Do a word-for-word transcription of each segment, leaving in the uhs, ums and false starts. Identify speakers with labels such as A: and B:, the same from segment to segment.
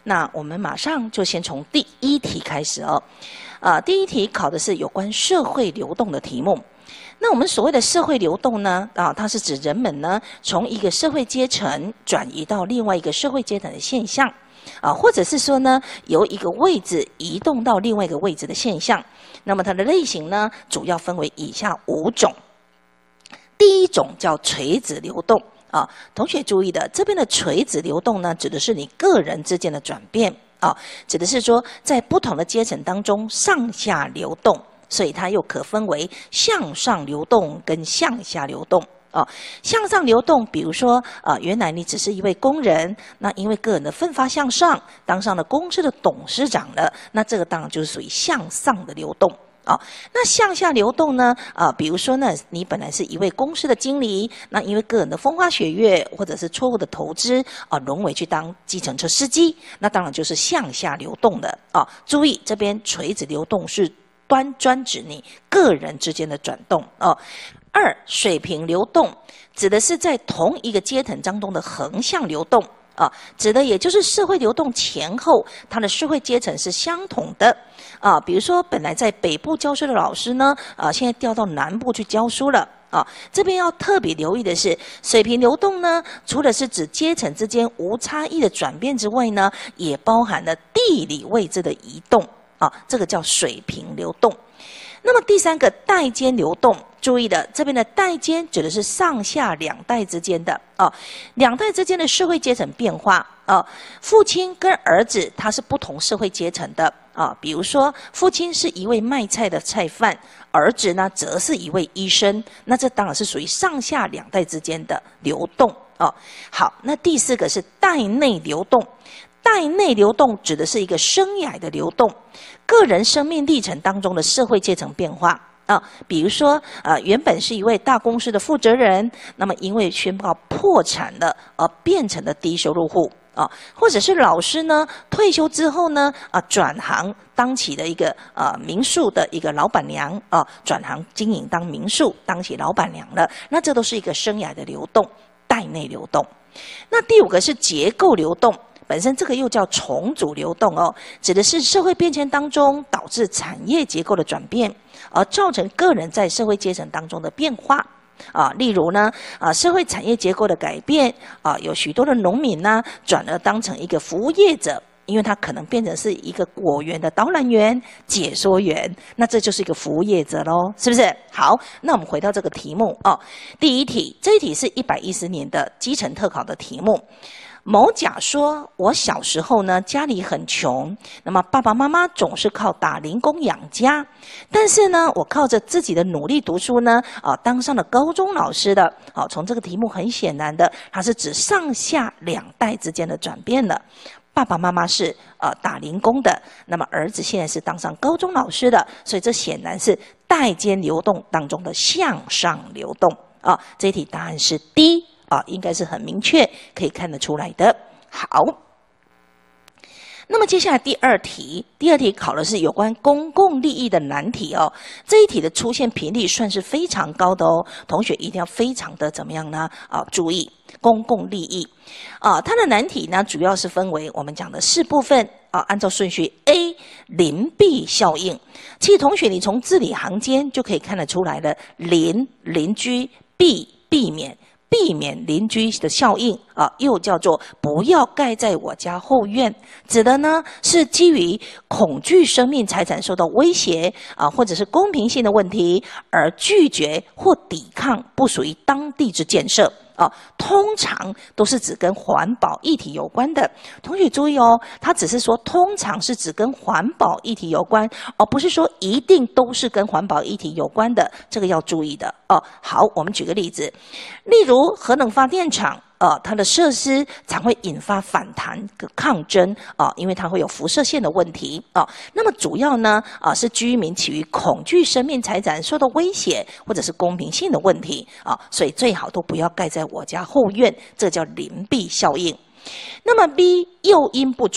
A: 那我们马上就先从第一题开始哦。呃，第一题考的是有关社会流动的题目。那我们所谓的社会流动呢，啊，它是指人们呢从一个社会阶层转移到另外一个社会阶层的现象，啊，或者是说呢由一个位置移动到另外一个位置的现象。那么它的类型呢，主要分为以下五种。第一种叫垂直流动。啊，同学注意的，这边的垂直流动呢，指的是你个人之间的转变啊，指的是说在不同的阶层当中上下流动，所以它又可分为向上流动跟向下流动啊。向上流动，比如说啊，原来你只是一位工人，那因为个人的奋发向上，当上了公司的董事长了，那这个当然就是属于向上的流动。哦，那向下流动呢？啊、呃，比如说呢，你本来是一位公司的经理，那因为个人的风花雪月或者是错误的投资啊、呃，沦为去当计程车司机，那当然就是向下流动的啊、哦。注意，这边垂直流动是端专指你个人之间的转动哦。二，水平流动指的是在同一个阶层当中的横向流动。啊，指的也就是社会流动前后，它的社会阶层是相同的啊。比如说，本来在北部教书的老师呢，啊，现在调到南部去教书了啊。这边要特别留意的是，水平流动呢，除了是指阶层之间无差异的转变之外呢，也包含了地理位置的移动啊，这个叫水平流动。那么第三个代间流动，注意的，这边的代间指的是上下两代之间的哦，两代之间的社会阶层变化哦。父亲跟儿子他是不同社会阶层的啊、哦，比如说父亲是一位卖菜的菜贩，儿子呢则是一位医生，那这当然是属于上下两代之间的流动哦。好，那第四个是代内流动。代内流动指的是一个生涯的流动，个人生命历程当中的社会阶层变化啊，比如说呃，原本是一位大公司的负责人，那么因为宣告破产了而变成了低收入户啊，或者是老师呢退休之后呢啊转行当起了一个呃民宿的一个老板娘啊，转行经营当民宿当起老板娘了，那这都是一个生涯的流动，代内流动。那第五个是结构流动。本身这个又叫重组流动哦，指的是社会变迁当中导致产业结构的转变，而造成个人在社会阶层当中的变化啊。例如呢，啊社会产业结构的改变啊，有许多的农民呢转而当成一个服务业者，因为他可能变成是一个果园的导览员、解说员，那这就是一个服务业者咯，是不是？好，那我们回到这个题目哦。第一题，这一题是一百一十年的基层特考的题目。某甲说，我小时候呢家里很穷，那么爸爸妈妈总是靠打零工养家，但是呢我靠着自己的努力读书呢啊当上了高中老师的。好，从这个题目很显然的，它是指上下两代之间的转变了。爸爸妈妈是呃打零工的，那么儿子现在是当上高中老师的，所以这显然是代间流动当中的向上流动啊。这一题答案是 D。啊，应该是很明确，可以看得出来的。好，那么接下来第二题，第二题考的是有关公共利益的难题哦。这一题的出现频率算是非常高的哦，同学一定要非常的怎么样呢？啊，注意公共利益啊，它的难题呢主要是分为我们讲的四部分啊，按照顺序 A 邻避效应。其实同学你从字里行间就可以看得出来了，邻邻居，避避免。避免邻居的效应啊，又叫做不要盖在我家后院，指的呢是基于恐惧生命财产受到威胁啊，或者是公平性的问题而拒绝或抵抗不属于当地之建设。啊，通常都是指跟环保议题有关的。同学注意哦，它只是说通常是指跟环保议题有关，而不是说一定都是跟环保议题有关的，这个要注意的哦。好，我们举个例子，例如核能发电厂。呃，它的设施常会引发反弹跟抗争啊、呃，因为它会有辐射线的问题啊、呃。那么主要呢啊、呃、是居民起于恐惧生命财产受到威胁，或者是公平性的问题啊、呃，所以最好都不要盖在我家后院，这叫邻避效应。那么 B 诱因不足。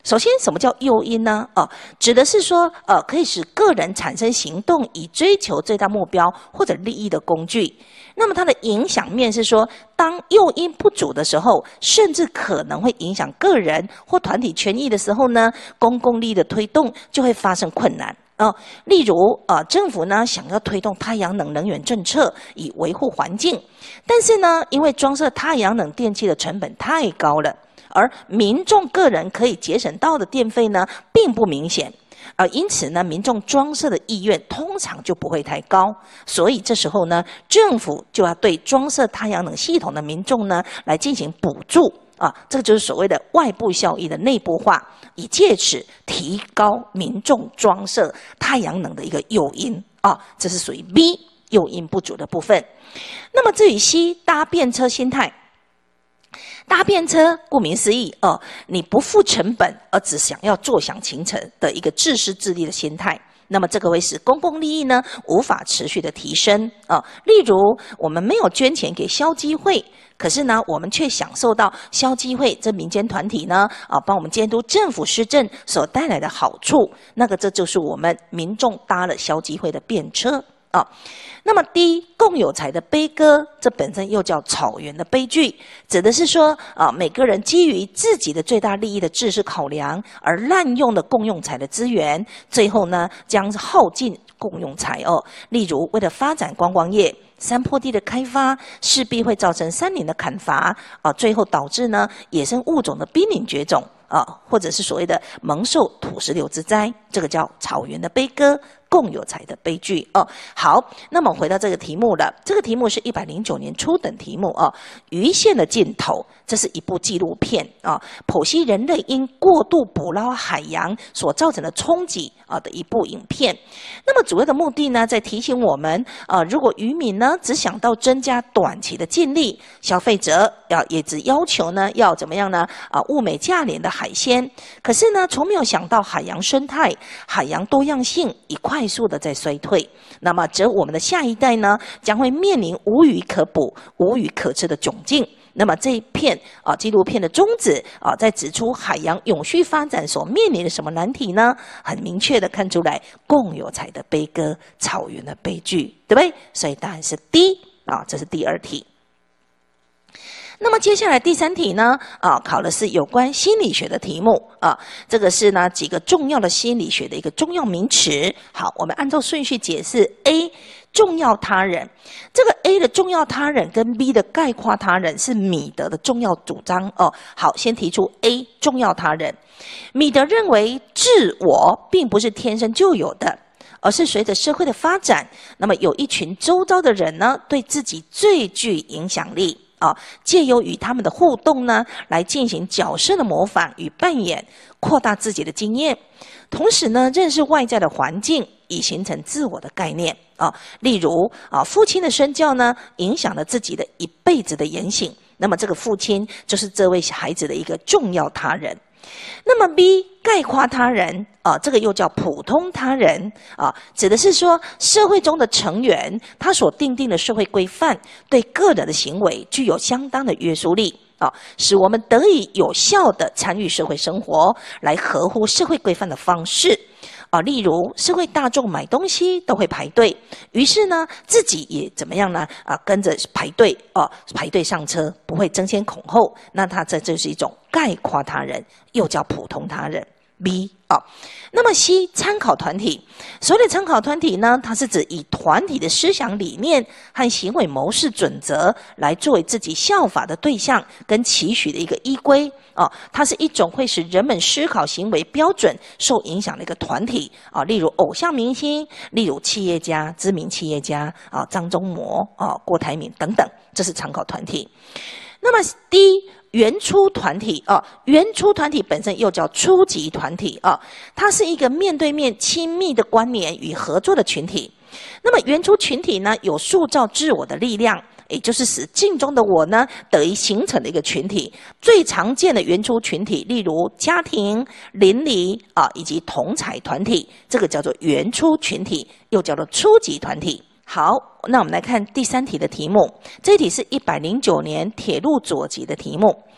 A: 首先，什么叫诱因呢？哦，指的是说，呃，可以使个人产生行动以追求最大目标或者利益的工具。那么它的影响面是说，当诱因不足的时候，甚至可能会影响个人或团体权益的时候呢，公共利益的推动就会发生困难。哦，例如，呃，政府呢想要推动太阳能能源政策以维护环境，但是呢，因为装设太阳能电器的成本太高了，而民众个人可以节省到的电费呢，并不明显。呃，因此呢，民众装设的意愿通常就不会太高，所以这时候呢，政府就要对装设太阳能系统的民众呢来进行补助啊，这个就是所谓的外部效益的内部化，以借此提高民众装设太阳能的一个诱因啊，这是属于 B 诱因不足的部分。那么至于 C 搭便车心态。搭便车，顾名思义，哦，你不付成本，而只想要坐享其成的一个自私自利的心态。那么这个会使公共利益呢无法持续的提升啊、哦。例如，我们没有捐钱给消基会，可是呢，我们却享受到消基会这民间团体呢啊帮我们监督政府施政所带来的好处。那个这就是我们民众搭了消基会的便车啊。那么第一，共有财的悲歌，这本身又叫草原的悲剧，指的是说啊，每个人基于自己的最大利益的自私考量，而滥用了共用财的资源，最后呢，将耗尽共用财哦。例如，为了发展观光业，山坡地的开发势必会造成山林的砍伐啊，最后导致呢野生物种的濒临绝种啊，或者是所谓的蒙受土石流之灾，这个叫草原的悲歌。共有财的悲剧哦。好，那么回到这个题目了，这个题目是一百零九年初等题目哦。鱼线的尽头，这是一部纪录片啊，剖析人类因过度捕捞海洋所造成的冲击啊的一部影片。那么主要的目的呢，在提醒我们啊，如果渔民呢只想到增加短期的净利，消费者要也只要求呢要怎么样呢啊物美价廉的海鲜，可是呢从没有想到海洋生态、海洋多样性以快快速的在衰退，那么则我们的下一代呢，将会面临无鱼可捕、无鱼可吃的窘境。那么这一片啊纪录片的宗旨啊，在指出海洋永续发展所面临的什么难题呢？很明确的看出来，共有财的悲歌、草原的悲剧，对不对？所以答案是 D 啊，这是第二题。那么接下来第三题呢，啊，考的是有关心理学的题目啊，这个是呢几个重要的心理学的一个重要名词。好，我们按照顺序解释。A 重要他人，这个 A 的重要他人跟 B 的概括他人是米德的重要主张哦。好，先提出 A 重要他人。米德认为自我并不是天生就有的，而是随着社会的发展，那么有一群周遭的人呢，对自己最具影响力。啊，借由与他们的互动呢，来进行角色的模仿与扮演，扩大自己的经验，同时呢，认识外在的环境，以形成自我的概念啊。例如啊，父亲的身教呢，影响了自己的一辈子的言行。那么这个父亲就是这位孩子的一个重要他人。那么 B 概括他人啊，这个又叫普通他人啊，指的是说社会中的成员，他所订定的社会规范，对个人的行为具有相当的约束力啊，使我们得以有效的参与社会生活，来合乎社会规范的方式。啊，例如社会大众买东西都会排队，于是呢，自己也怎么样呢？啊，跟着排队哦，排队上车，不会争先恐后。那他这就是一种概括他人，又叫普通他人。B 啊，那么 C 参考团体，所谓的参考团体呢，它是指以团体的思想理念和行为模式准则来作为自己效法的对象跟期许的一个依归啊，它是一种会使人们思考行为标准受影响的一个团体啊，例如偶像明星，例如企业家、知名企业家啊，张忠谋啊、郭台铭等等，这是参考团体。那么 D 原初团体啊，原初团体本身又叫初级团体啊，它是一个面对面亲密的关联与合作的群体。那么原初群体呢，有塑造自我的力量，也就是使镜中的我呢得以形成的一个群体。最常见的原初群体，例如家庭、邻里啊，以及同侪团体，这个叫做原初群体，又叫做初级团体。好，那我们来看第三题的题目。这一题是一百零九年铁路左级的题目。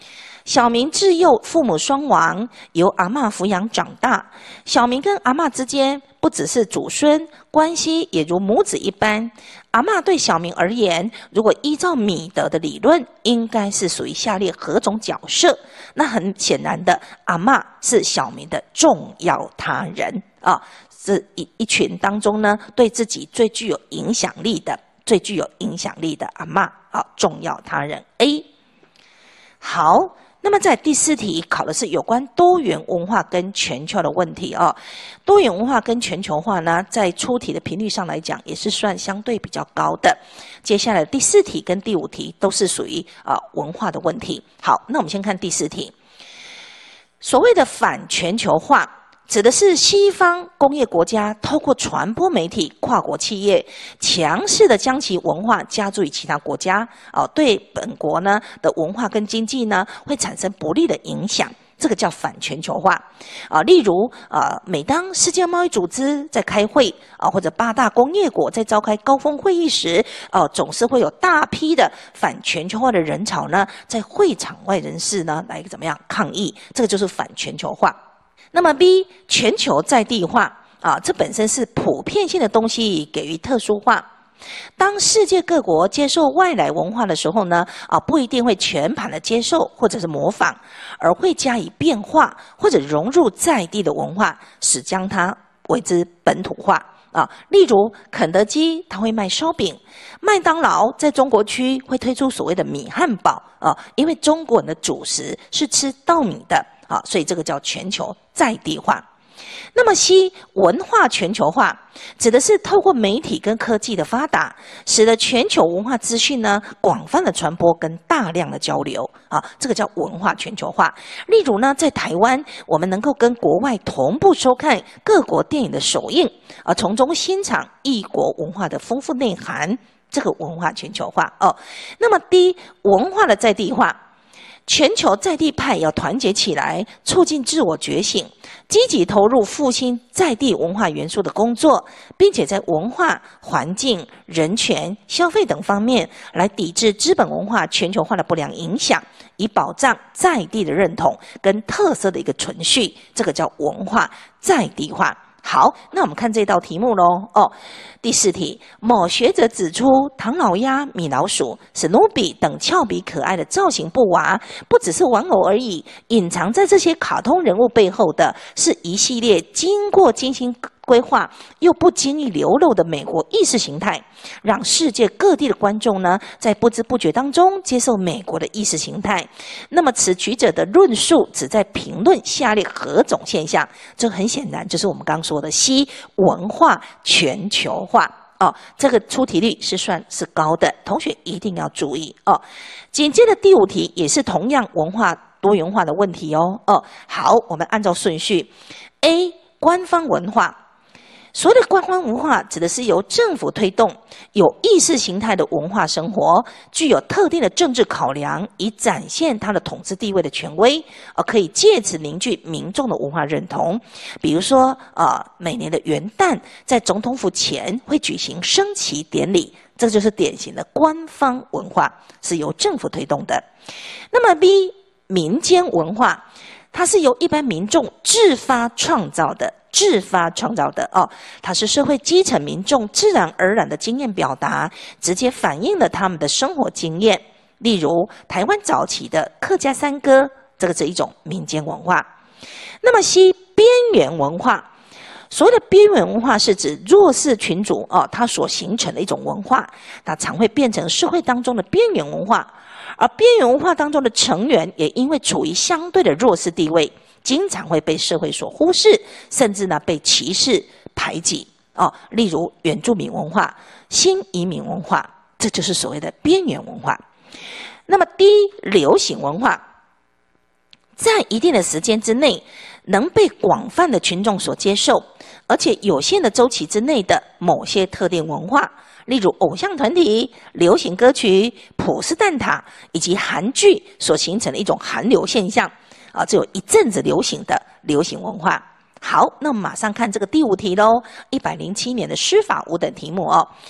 A: 小明自幼父母双亡，由阿嬷抚养长大。小明跟阿嬷之间不只是祖孙关系，也如母子一般。阿嬷对小明而言，如果依照米德的理论，应该是属于下列何种角色？那很显然的，阿嬷是小明的重要他人啊，是一一群当中呢，对自己最具有影响力的、最具有影响力的阿嬷啊，重要他人 A。好。那么在第四题考的是有关多元文化跟全球的问题哦。多元文化跟全球化呢，在出题的频率上来讲，也是算相对比较高的。接下来第四题跟第五题都是属于啊、呃、文化的问题。好，那我们先看第四题。所谓的反全球化，指的是西方工业国家透过传播媒体、跨国企业，强势的将其文化加注于其他国家，哦，对本国呢的文化跟经济呢会产生不利的影响。这个叫反全球化啊。例如啊，每当世界贸易组织在开会啊，或者八大工业国在召开高峰会议时，哦、啊，总是会有大批的反全球化的人潮呢，在会场外人士呢来怎么样抗议？这个就是反全球化。那么 B 全球在地化啊，这本身是普遍性的东西给予特殊化。当世界各国接受外来文化的时候呢，啊，不一定会全盘的接受或者是模仿，而会加以变化或者融入在地的文化，使将它为之本土化。啊，例如肯德基它会卖烧饼，麦当劳在中国区会推出所谓的米汉堡啊，因为中国人的主食是吃稻米的啊，所以这个叫全球在地化。那么 C 文化全球化指的是透过媒体跟科技的发达，使得全球文化资讯呢广泛的传播跟大量的交流啊，这个叫文化全球化。例如呢，在台湾我们能够跟国外同步收看各国电影的首映啊，从中欣赏异国文化的丰富内涵，这个文化全球化哦。那么 D 文化的在地化。全球在地派要团结起来，促进自我觉醒，积极投入复兴在地文化元素的工作，并且在文化、环境、人权、消费等方面来抵制资本文化全球化的不良影响，以保障在地的认同跟特色的一个存续。这个叫文化在地化。好，那我们看这道题目咯哦，第四题，某学者指出，唐老鸭、米老鼠、史努比等俏皮可爱的造型布娃，不只是玩偶而已，隐藏在这些卡通人物背后的是一系列经过精心规划又不经意流露的美国意识形态，让世界各地的观众呢，在不知不觉当中接受美国的意识形态。那么此举者的论述只在评论下列何种现象？这很显然就是我们刚刚说的 C 文化全球化哦，这个出题率是算是高的，同学一定要注意哦。紧接着第五题也是同样文化多元化的问题哦哦。好，我们按照顺序 ，A 官方文化。所谓的官方文化指的是由政府推动有意识形态的文化生活，具有特定的政治考量，以展现它的统治地位的权威，而可以借此凝聚民众的文化认同。比如说，呃，每年的元旦在总统府前会举行升旗典礼，这就是典型的官方文化，是由政府推动的。那么 B 民间文化，它是由一般民众自发创造的。自发创造的哦，它是社会基层民众自然而然的经验表达，直接反映了他们的生活经验。例如，台湾早期的客家山歌，这个是一种民间文化。那么 C 边缘文化，所谓的边缘文化是指弱势群组哦，它所形成的一种文化，它常会变成社会当中的边缘文化，而边缘文化当中的成员也因为处于相对的弱势地位，经常会被社会所忽视，甚至呢被歧视排挤哦。例如原住民文化、新移民文化，这就是所谓的边缘文化。那么 D 流行文化，在一定的时间之内能被广泛的群众所接受，而且有限的周期之内的某些特定文化，例如偶像团体、流行歌曲、普斯蛋挞以及韩剧所形成的一种韩流现象。啊，只有一阵子流行的流行文化。好，那我们马上看这个第五题喽，一百零七年的师法五等题目哦。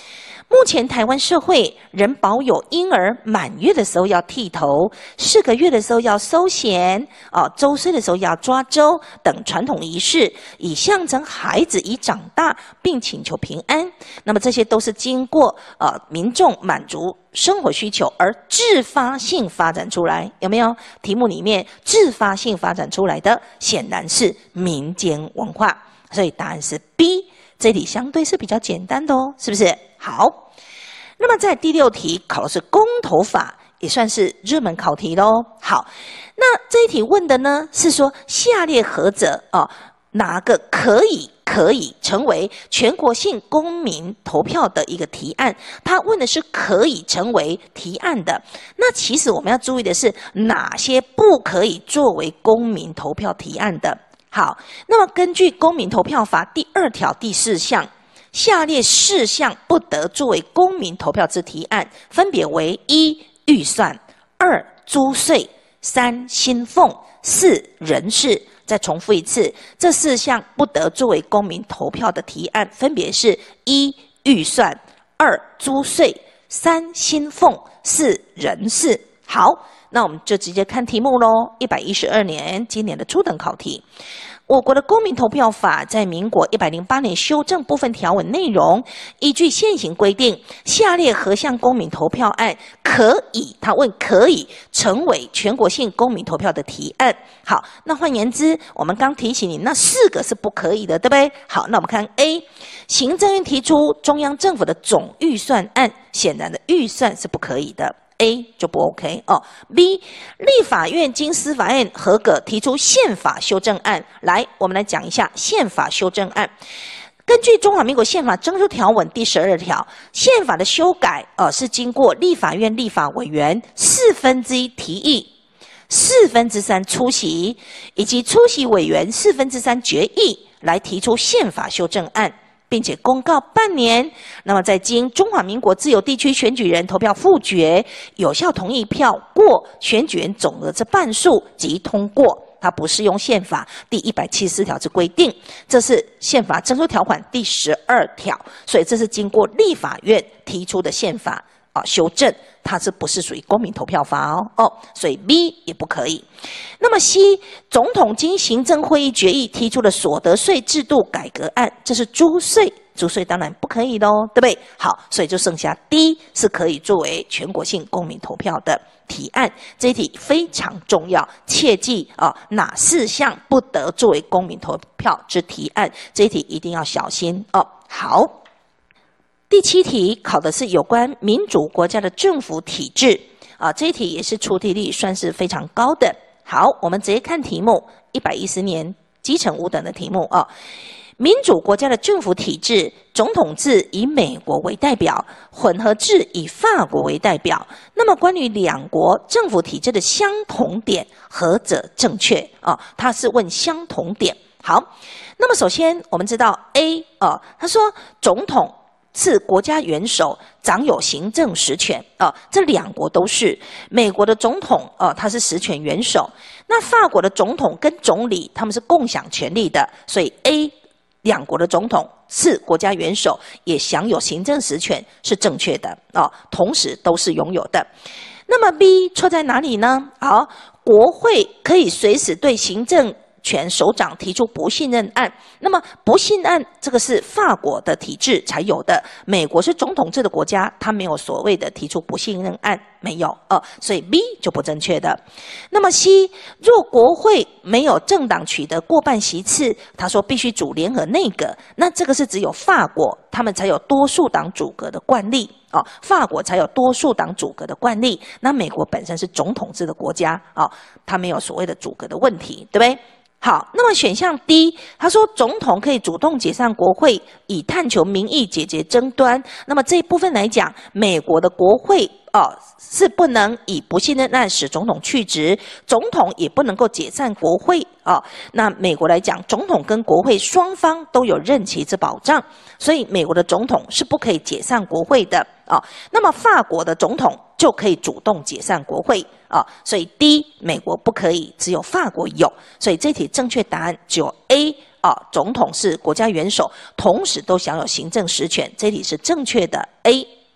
A: 目前台湾社会仍保有婴儿满月的时候要剃头，四个月的时候要收弦，啊，周岁的时候要抓周等传统仪式，以象征孩子已长大，并请求平安。那么这些都是经过呃民众满足生活需求而自发性发展出来，有没有？题目里面自发性发展出来的，显然是民间文化，所以答案是 B。这题相对是比较简单的哦，是不是？好，那么在第六题考的是公投法，也算是热门考题咯。好，那这一题问的呢是说下列何者啊、哦，哪个可以可以成为全国性公民投票的一个提案？他问的是可以成为提案的。那其实我们要注意的是哪些不可以作为公民投票提案的？好，那么根据公民投票法第二条第四项，下列四项不得作为公民投票之提案，分别为：一、预算；二、租税；三、薪俸；四、人事。再重复一次，这四项不得作为公民投票的提案，分别是：一、预算；二、租税；三、薪俸；四、人事。好，那我们就直接看题目咯。一百一十二年今年的初等考题。我国的公民投票法在民国一百零八年修正部分条文内容，依据现行规定，下列何项公民投票案可以？他问可以成为全国性公民投票的提案。好，那换言之，我们刚提醒你那四个是不可以的，对不对？好，那我们看 A， 行政院提出中央政府的总预算案，显然的预算是不可以的。A 就不 OK 哦。B 立法院经司法院合格提出宪法修正案，来，我们来讲一下宪法修正案。根据中华民国宪法征收条文第十二条，宪法的修改，呃，是经过立法院立法委员四分之一提议，四分之三出席，以及出席委员四分之三决议来提出宪法修正案，并且公告半年，那么在经中华民国自由地区选举人投票复决，有效同意票过选举人总额之半数即通过。它不适用宪法第一百七十四条之规定，这是宪法征收条款第十二条，所以这是经过立法院提出的宪法啊修正，它是不是属于公民投票法哦？哦，所以 B 也不可以。那么 C， 总统经行政会议决议提出的所得税制度改革案，这是租税，租税当然不可以咯，对不对？好，所以就剩下 D 是可以作为全国性公民投票的提案。这一题非常重要，切记啊，哪四项不得作为公民投票之提案？这一题一定要小心哦。好。第七题考的是有关民主国家的政府体制啊，这一题也是出题率算是非常高的。好，我们直接看题目，一百一十年基层五等的题目啊。民主国家的政府体制，总统制以美国为代表，混合制以法国为代表。那么关于两国政府体制的相同点，何者正确啊？它是问相同点。好，那么首先我们知道 A 啊，他说总统是国家元首，掌有行政实权啊，这两国都是。美国的总统啊，他是实权元首，那法国的总统跟总理他们是共享权力的，所以 A 两国的总统是国家元首，也享有行政实权，是正确的啊，同时都是拥有的。那么 B 错在哪里呢？好，国会可以随时对行政权首长提出不信任案，那么不信任案这个是法国的体制才有的，美国是总统制的国家，它没有所谓的提出不信任案，没有呃，所以 B 就不正确的。那么 C， 若国会没有政党取得过半席次，他说必须组联合内阁，那这个是只有法国他们才有多数党组阁的惯例哦，法国才有多数党组阁的惯例，那美国本身是总统制的国家哦，它没有所谓的组阁的问题，对不对？好，那么选项 D， 他说总统可以主动解散国会，以探求民意，解决争端。那么这一部分来讲，美国的国会哦是不能以不信任案使总统去职，总统也不能够解散国会哦。那美国来讲，总统跟国会双方都有任期之保障，所以美国的总统是不可以解散国会的哦。那么法国的总统就可以主动解散国会啊，所以 D 美国不可以，只有法国有，所以这题正确答案只有 A 啊，总统是国家元首，同时都享有行政实权，这题是正确的 A。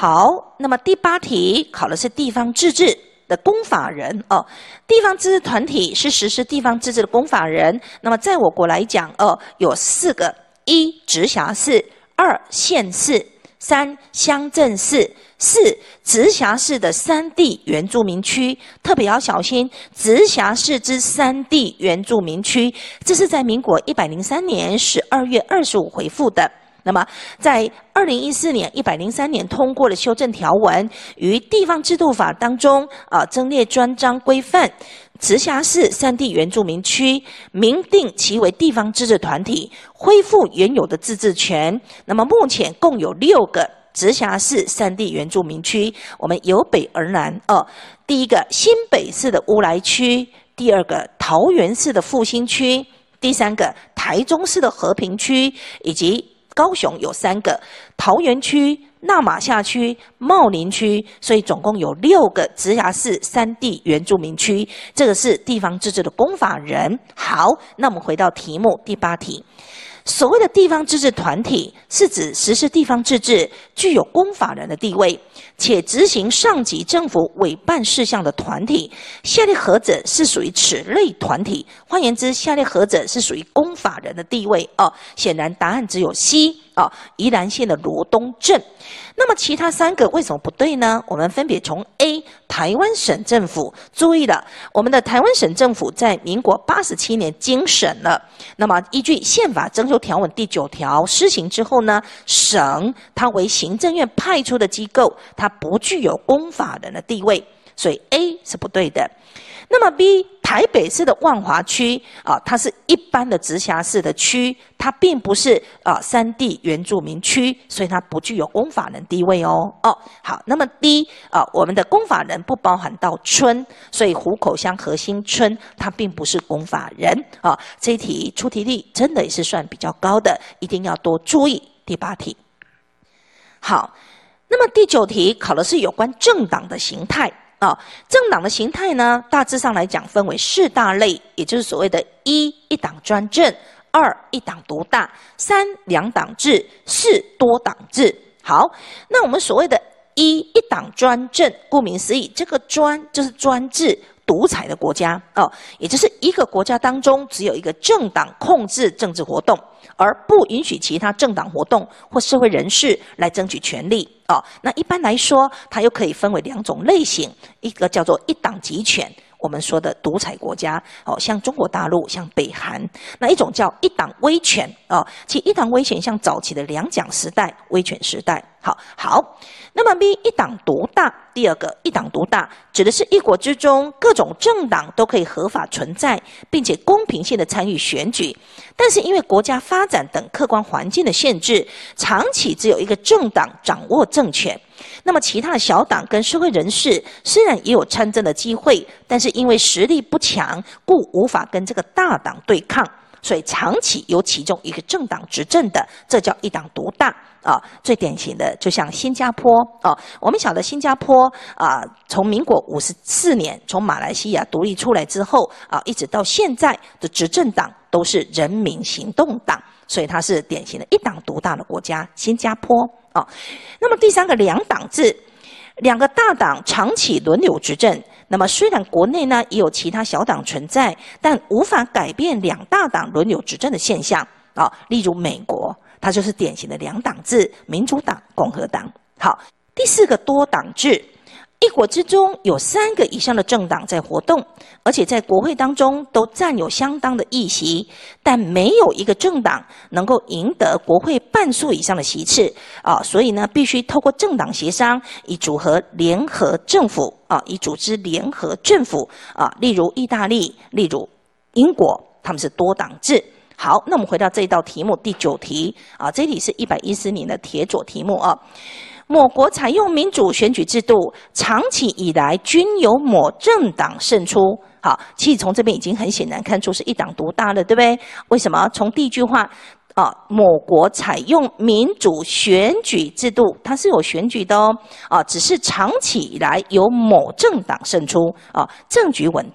A: 好，那么第八题考的是地方自治的公法人哦。地方自治团体是实施地方自治的公法人。那么在我国来讲哦，有四个：一、直辖市；二、县市；三、乡镇市；四、直辖市的山地原住民区。特别要小心，直辖市之山地原住民区，这是在民国一百零三年十二月二十五回复的。那么，在二零一四年一百零三年通过的修正条文，于地方制度法当中啊，增列专章规范直辖市山地原住民区，明定其为地方自治团体，恢复原有的自治权。那么目前共有六个直辖市山地原住民区，我们由北而南哦。第一个新北市的乌来区，第二个桃园市的复兴区，第三个台中市的和平区，以及高雄有三个：桃园区、那玛夏区、茂林区，所以总共有六个直辖市山地原住民区。这个是地方自治的公法人。好，那我们回到题目第八题。所谓的地方自治团体，是指实施地方自治、具有公法人的地位，且执行上级政府委办事项的团体。下列何者是属于此类团体？换言之，下列何者是属于公法人的地位？哦，显然答案只有 C。哦，宜兰县的罗东镇。那么其他三个为什么不对呢？我们分别从 A 台湾省政府，注意了，我们的台湾省政府在民国八十七年经审了，那么依据宪法增修条文第九条施行之后呢，省它为行政院派出的机构，它不具有公法人的地位，所以 A 是不对的。那么 B 台北市的万华区啊，它是一般的直辖市的区，它并不是啊山地原住民区，所以它不具有公法人地位哦。哦，好，那么 D 啊，我们的公法人不包含到村，所以湖口乡核心村它并不是公法人啊。这一题出题率真的也是算比较高的，一定要多注意。第八题，好，那么第九题考的是有关政党的形态。啊，政党的形态呢，大致上来讲分为四大类，也就是所谓的一一党专政，二一党独大，三两党制，四多党制。好，那我们所谓的一一党专政，顾名思义，这个专就是专制、独裁的国家哦，也就是一个国家当中只有一个政党控制政治活动，而不允许其他政党活动或社会人士来争取权利。哦，那一般来说，它又可以分为两种类型，一个叫做一党集权，我们说的独裁国家，哦，像中国大陆、像北韩；那一种叫一党威权，哦，其一党威权像早期的两蒋时代、威权时代。好，好，那么 B 一党独大，第二个一党独大指的是一国之中各种政党都可以合法存在，并且公平性的参与选举，但是因为国家发展等客观环境的限制，长期只有一个政党掌握政权。那么其他的小党跟社会人士虽然也有参政的机会，但是因为实力不强，故无法跟这个大党对抗，所以长期由其中一个政党执政的，这叫一党独大啊。最典型的就像新加坡啊，我们晓得新加坡啊，从民国五十四年从马来西亚独立出来之后啊，一直到现在的执政党都是人民行动党，所以它是典型的一党独大的国家，新加坡啊。那么第三个两党制，两个大党长期轮流执政。那么虽然国内呢也有其他小党存在，但无法改变两大党轮流执政的现象啊。例如美国，它就是典型的两党制，民主党、共和党。好，第四个多党制。一国之中有三个以上的政党在活动，而且在国会当中都占有相当的议席，但没有一个政党能够赢得国会半数以上的席次啊，所以呢，必须透过政党协商，以组合联合政府啊，以组织联合政府啊。例如意大利，例如英国，他们是多党制。好，那我们回到这一道题目第九题啊，这题是一百一十年的铁佐题目啊。某国采用民主选举制度，长期以来均由某政党胜出。好，其实从这边已经很显然看出是一党独大了，对不对？为什么？从第一句话啊，某国采用民主选举制度，它是有选举的哦，啊，只是长期以来由某政党胜出啊，政局稳定。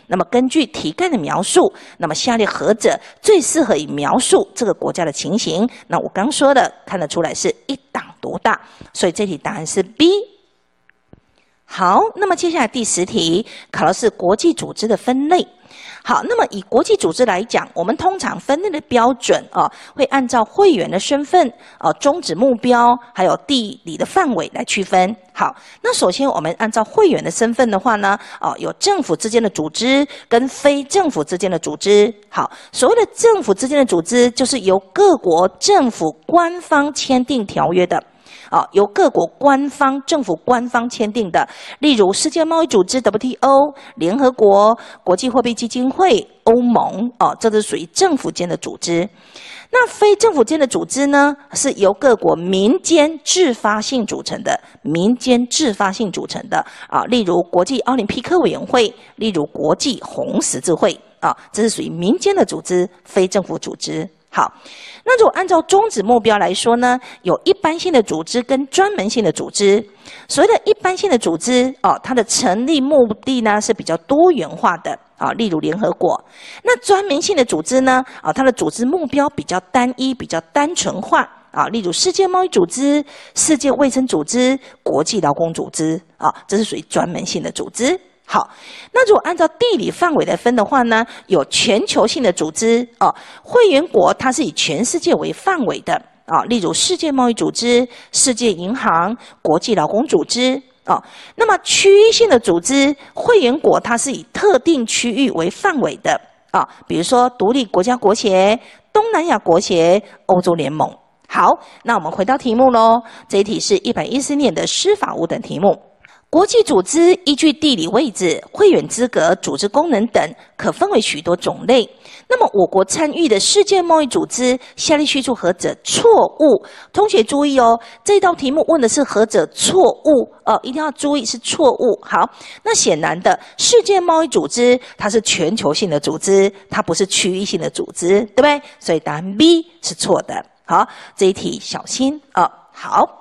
A: 那么根据题干的描述，那么下列何者最适合以描述这个国家的情形？那我刚说的看得出来是一党独大，所以这题答案是 B。好，那么接下来第十题考的是国际组织的分类。好，那么以国际组织来讲，我们通常分类的标准啊，会按照会员的身份、啊宗旨目标，还有地理的范围来区分。好，那首先我们按照会员的身份的话呢，哦、啊，有政府之间的组织跟非政府之间的组织。好，所谓的政府之间的组织，就是由各国政府官方签订条约的。啊，由各国官方、政府官方签订的，例如世界贸易组织 W T O、联合国、国际货币基金会、欧盟，哦，这是属于政府间的组织。那非政府间的组织呢，是由各国民间自发性组成的，民间自发性组成的啊，例如国际奥林匹克委员会，例如国际红十字会啊，这是属于民间的组织，非政府组织。好，那如果按照宗旨目标来说呢，有一般性的组织跟专门性的组织。所谓的一般性的组织哦，它的成立目的呢是比较多元化的啊，例如联合国。那专门性的组织呢，啊，它的组织目标比较单一，比较单纯化啊，例如世界贸易组织、世界卫生组织、国际劳工组织啊，这是属于专门性的组织。好，那如果按照地理范围来分的话呢，有全球性的组织哦，会员国它是以全世界为范围的啊，例如世界贸易组织、世界银行、国际劳工组织啊。那么区域性的组织，会员国它是以特定区域为范围的啊，比如说独立国家国协、东南亚国协、欧洲联盟。好，那我们回到题目咯，这一题是一百一十年的司法五等题目。国际组织依据地理位置、会员资格、组织功能等，可分为许多种类。那么，我国参与的世界贸易组织，下列叙述何者错误？同学注意哦，这道题目问的是何者错误哦，一定要注意是错误。好，那显然的，世界贸易组织它是全球性的组织，它不是区域性的组织，对不对？所以答案 B 是错的。好，这一题小心啊、哦。好。